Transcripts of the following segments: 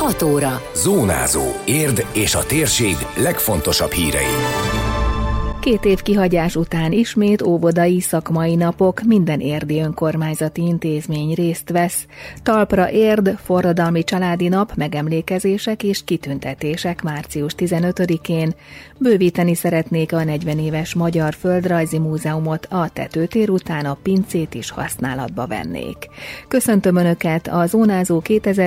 6 óra. Zónázó. Érd és a térség legfontosabb hírei. 2 év kihagyás után ismét óvodai szakmai napok, minden érdi önkormányzati intézmény részt vesz. Talpra Érd, forradalmi családi nap, megemlékezések és kitüntetések március 15-én. Bővíteni szeretnék a 40 éves Magyar Földrajzi Múzeumot, a tetőtér után a pincét is használatba vennék. Köszöntöm Önöket, a Zónázó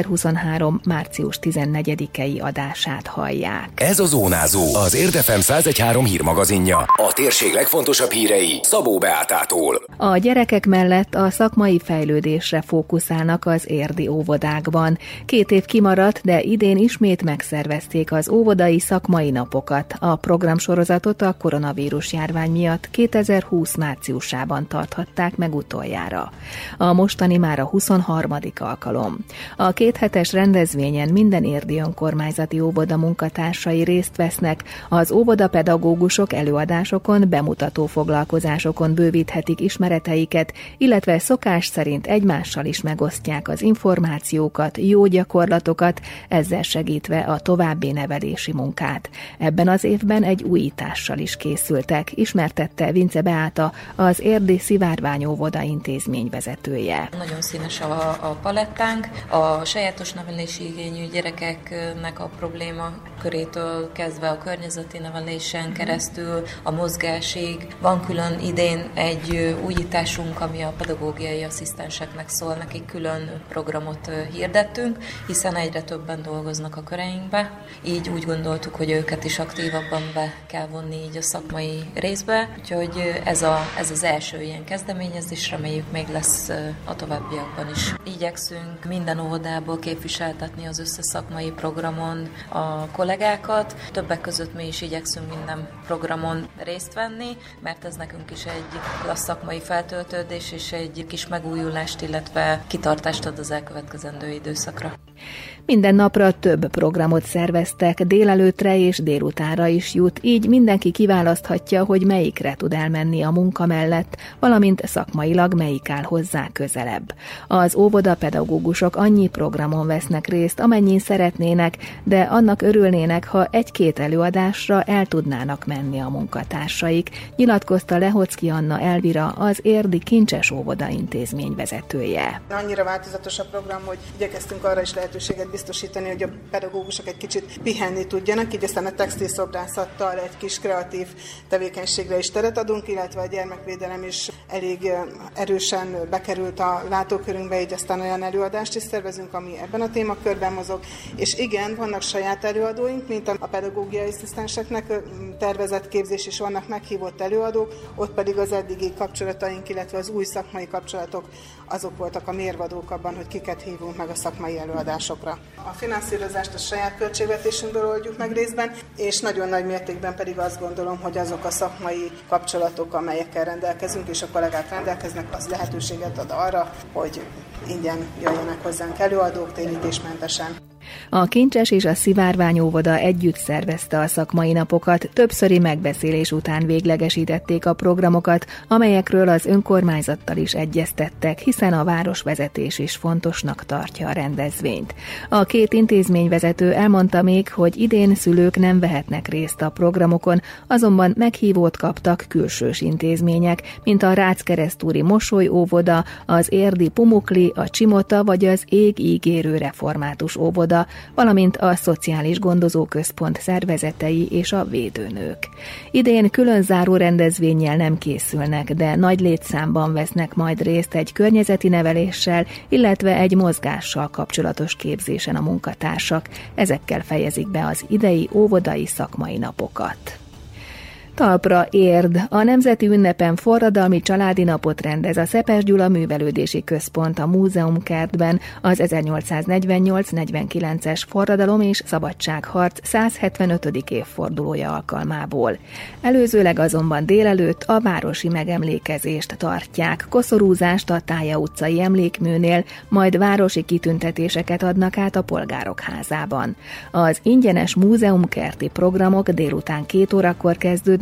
2023. március 14-i adását hallják. Ez a Zónázó, az Érd FM 101.3 hírmagazinja. A térség legfontosabb hírei Szabó Beátától. A gyerekek mellett a szakmai fejlődésre fókuszálnak az érdi óvodákban. 2 év kimaradt, de idén ismét megszervezték az óvodai szakmai napokat. A programsorozatot a koronavírus járvány miatt 2020 márciusában tarthatták meg utoljára. A mostani már a 23. alkalom. A 2 hetes rendezvényen minden érdi önkormányzati óvoda munkatársai részt vesznek, az óvodapedagógusok előadásokon, bemutató foglalkozásokon bővíthetik ismereteiket, illetve szokás szerint egymással is megosztják az információkat, jó gyakorlatokat, ezzel segítve a további nevelési munkát. Ebben az évben egy újítással is készültek, ismertette Vince Beáta, az érdi Szivárvány óvoda intézmény vezetője. Nagyon színes a palettánk, a sajátos nevelési igényű gyerekeknek a probléma körétől kezdve a környezeti nevelésen keresztül, a mozgásig. Van külön idén egy újításunk, ami a pedagógiai asszisztenseknek szól, nekik külön programot hirdettünk, hiszen egyre többen dolgoznak a köreinkbe. Így úgy gondoltuk, hogy őket is aktívabban be kell vonni így a szakmai részbe. Úgyhogy ez az első ilyen kezdeményezés, reméljük még lesz a továbbiakban is. Igyekszünk minden óvodából képviseltetni az összes szakmai programon a kollégákat. Többek között mi is igyekszünk minden programon részt venni, mert ez nekünk is egy klassz szakmai feltöltődés és egy kis megújulást, illetve kitartást ad az elkövetkezendő időszakra. Minden napra több programot szerveztek, délelőttre és délutánra is jut, így mindenki kiválaszthatja, hogy melyikre tud elmenni a munka mellett, valamint szakmailag melyik áll hozzá közelebb. Az óvodapedagógusok annyi programon vesznek részt, amennyin szeretnének, de annak örülnének, ha 1-2 előadásra el tudnának menni a munkatársaik, nyilatkozta Lehocki Anna Elvira, az érdi Kincses óvoda intézmény vezetője. Annyira változatos a program, hogy igyekeztünk arra is lehetőséget biztosítani, hogy a pedagógusok egy kicsit pihenni tudjanak, így aztán a textilszobrászattal egy kis kreatív tevékenységre is teret adunk, illetve a gyermekvédelem is elég erősen bekerült a látókörünkbe, így aztán olyan előadást is szervezünk, ami ebben a témakörben mozog. És igen, vannak saját előadóink, mint a pedagógiai asszisztenseknek tervezett képzés is, vannak meghívott előadók, ott pedig az eddigi kapcsolataink, illetve az új szakmai kapcsolatok, azok voltak a mérvadók abban, hogy kiket hívunk meg a szakmai előadásokra. A finanszírozást a saját költségvetésünkből oldjuk meg részben, és nagyon nagy mértékben pedig azt gondolom, hogy azok a szakmai kapcsolatok, amelyekkel rendelkezünk, és a kollégák rendelkeznek, az lehetőséget ad arra, hogy ingyen jöjjenek hozzánk előadók térítésmentesen. A Kincses és a Szivárvány óvoda együtt szervezte a szakmai napokat, többszöri megbeszélés után véglegesítették a programokat, amelyekről az önkormányzattal is egyeztettek, hiszen a városvezetés is fontosnak tartja a rendezvényt. A 2 intézményvezető elmondta még, hogy idén szülők nem vehetnek részt a programokon, azonban meghívót kaptak külsős intézmények, mint a Rácz-Keresztúri Mosoly óvoda, az érdi Pumukli, a Csimota vagy az Ég ígérő református óvoda, valamint a Szociális Gondozóközpont szervezetei és a védőnők. Idén külön záró rendezvénnyel nem készülnek, de nagy létszámban vesznek majd részt egy környezeti neveléssel, illetve egy mozgással kapcsolatos képzésen a munkatársak. Ezekkel fejezik be az idei óvodai szakmai napokat. Talpra Érd. A nemzeti ünnepen forradalmi családi napot rendez a Szepes Gyula Művelődési Központ a Múzeumkertben az 1848-49-es forradalom és szabadságharc 175. évfordulója alkalmából. Előzőleg azonban délelőtt a városi megemlékezést tartják, koszorúzást a Tálya utcai emlékműnél, majd városi kitüntetéseket adnak át a Polgárok házában. Az ingyenes múzeumkerti programok délután 2 órakor kezdődnek,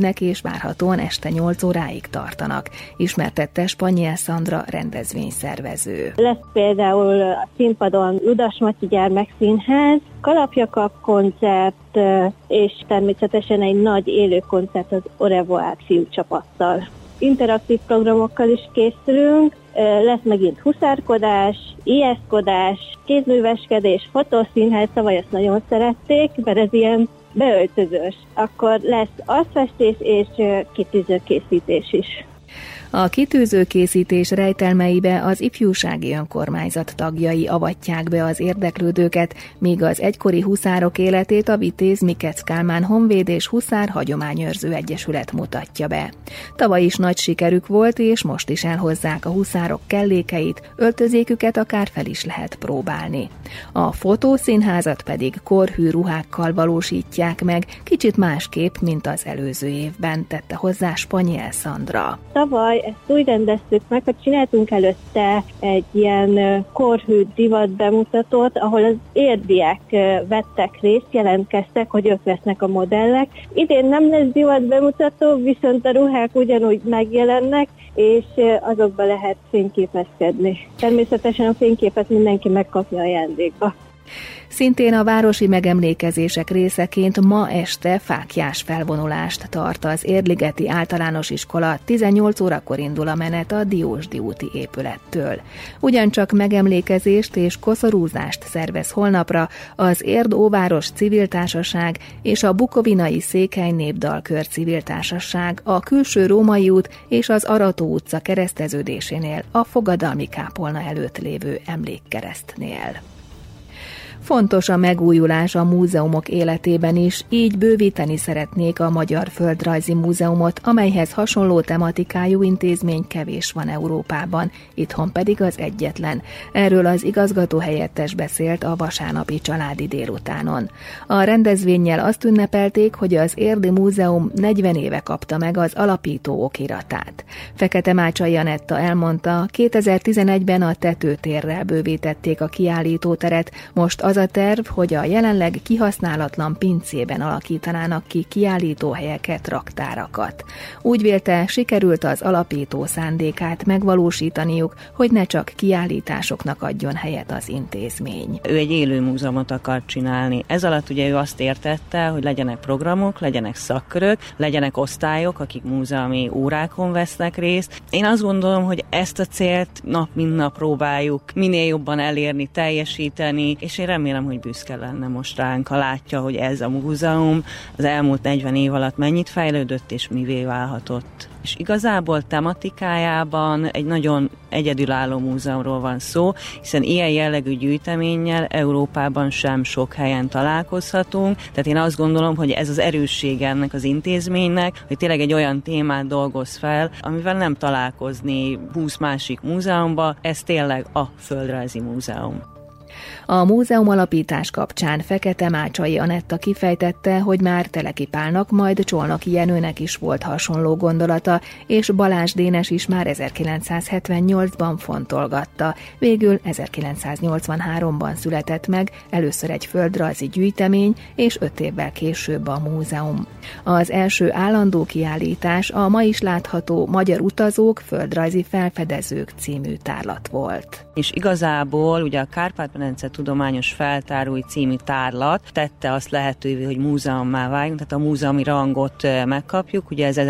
működnek és várhatóan este 8 óráig tartanak, ismertette Spanyel Szandra rendezvényszervező. Lesz például a színpadon Ludas Matyi Gyermekszínház, Kalapjakab koncert, és természetesen egy nagy élő koncert az Orevoár fiúcsapattal. Interaktív programokkal is készülünk, lesz megint huszárkodás, ijeszkodás, kézműveskedés, fotószínház, tavaly ezt nagyon szerették, mert ez ilyen beöltözős. Akkor lesz arcfestés és kitűzőkészítés is. A kitűzőkészítés rejtelmeibe az ifjúsági önkormányzat tagjai avatják be az érdeklődőket, míg az egykori huszárok életét a Vitéz Mikec Kálmán Honvéd és Huszár Hagyományőrző Egyesület mutatja be. Tavaly is nagy sikerük volt, és most is elhozzák a huszárok kellékeit, öltözéküket akár fel is lehet próbálni. A fotószínházat pedig korhű ruhákkal valósítják meg, kicsit másképp, mint az előző évben, tette hozzá Spanyel Szandra. Tavaly ezt úgy rendeztük meg, hogy csináltunk előtte egy ilyen korhű divat bemutatót, ahol az érdiek vettek részt, jelentkeztek, hogy ők lesznek a modellek. Idén nem lesz divat bemutató, viszont a ruhák ugyanúgy megjelennek, és azokba lehet fényképezkedni. Természetesen a fényképet mindenki megkapja ajándékba. Szintén a városi megemlékezések részeként ma este fáklyás felvonulást tart az Érligeti Általános Iskola, 18 órakor indul a menet a Diósdi úti épülettől. Ugyancsak megemlékezést és koszorúzást szervez holnapra az Érd-Óváros Civil Társaság és a Bukovinai Székely Népdalkör Civil Társaság a Külső Római út és az Arató utca kereszteződésénél, a Fogadalmi kápolna előtt lévő emlékkeresztnél. Fontos a megújulás a múzeumok életében is, így bővíteni szeretnék a Magyar Földrajzi Múzeumot, amelyhez hasonló tematikájú intézmény kevés van Európában, itthon pedig az egyetlen. Erről az igazgatóhelyettes beszélt a vasárnapi családi délutánon. A rendezvénnyel azt ünnepelték, hogy az Érdi Múzeum 40 éve kapta meg az alapító okiratát. Fekete-Mácsai Anetta elmondta, 2011-ben a tetőtérrel bővítették a kiállítóteret, most az a terv, hogy a jelenleg kihasználatlan pincében alakítanának ki kiállítóhelyeket, raktárakat. Úgy vélte, sikerült az alapító szándékát megvalósítaniuk, hogy ne csak kiállításoknak adjon helyet az intézmény. Ő egy élő múzeumot akar csinálni. Ez alatt ugye ő azt értette, hogy legyenek programok, legyenek szakkörök, legyenek osztályok, akik múzeumi órákon vesznek részt. Én azt gondolom, hogy ezt a célt nap mint nap próbáljuk minél jobban elérni, teljesíteni, és én remélem, hogy büszke lenne most ránk, ha látja, hogy ez a múzeum az elmúlt 40 év alatt mennyit fejlődött és mivé válhatott. És igazából tematikájában egy nagyon egyedülálló múzeumról van szó, hiszen ilyen jellegű gyűjteménnyel Európában sem sok helyen találkozhatunk, tehát én azt gondolom, hogy ez az erőssége ennek az intézménynek, hogy tényleg egy olyan témát dolgoz fel, amivel nem találkozni 20 másik múzeumban, ez tényleg a Földrajzi Múzeum. A múzeum alapítás kapcsán Fekete-Mácsai Anetta kifejtette, hogy már Teleki Pálnak, majd Csolnoki Jenőnek is volt hasonló gondolata, és Balázs Dénes is már 1978-ban fontolgatta. Végül 1983-ban született meg először egy földrajzi gyűjtemény, és 5 évvel később a múzeum. Az első állandó kiállítás a ma is látható Magyar utazók, földrajzi felfedezők című tárlat volt. És igazából ugye a Kárpát-medence Tudományos Feltárói című tárlat tette azt lehetővé, hogy múzeummá váljunk, tehát a múzeumi rangot megkapjuk, ugye ez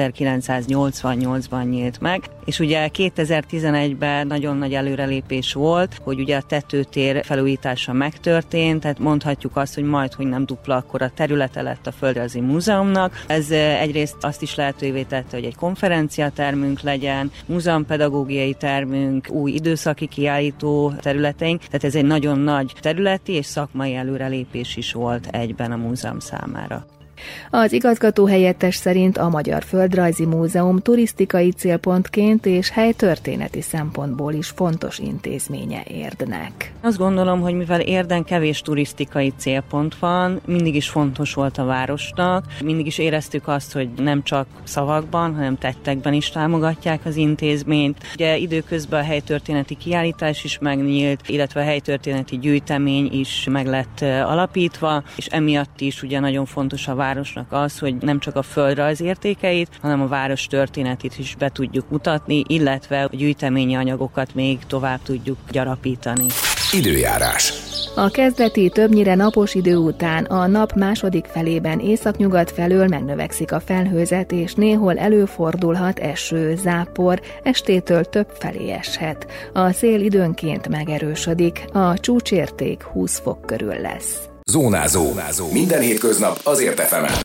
1988-ban nyílt meg, és ugye 2011-ben nagyon nagy előrelépés volt, hogy ugye a tetőtér felújítása megtörtént, tehát mondhatjuk azt, hogy majdhogy nem dupla akkora területe lett a Földrajzi Múzeumnak. Ez egyrészt azt is lehetővé tette, hogy egy konferenciatermünk legyen, múzeumpedagógiai termünk, új időszaki kiállító területeink, tehát ez egy nagyon nagy területi és szakmai előrelépés is volt egyben a múzeum számára. Az igazgatóhelyettes szerint a Magyar Földrajzi Múzeum turisztikai célpontként és helytörténeti szempontból is fontos intézménye Érdnek. Azt gondolom, hogy mivel Érden kevés turisztikai célpont van, mindig is fontos volt a városnak, mindig is éreztük azt, hogy nem csak szavakban, hanem tettekben is támogatják az intézményt. Ugye időközben a helytörténeti kiállítás is megnyílt, illetve a helytörténeti gyűjtemény is meg lett alapítva, és emiatt is ugye nagyon fontos a városnak az, hogy nem csak a földrajz értékeit, hanem a város történetét is be tudjuk mutatni, illetve a gyűjteményi anyagokat még tovább tudjuk gyarapítani. Időjárás. A kezdeti, többnyire napos idő után a nap második felében északnyugat felől megnövekszik a felhőzet, és néhol előfordulhat eső, zápor, estétől több felé eshet. A szél időnként megerősödik, a csúcsérték 20 fok körül lesz. Zónázó. Minden hétköznap azért FM-en.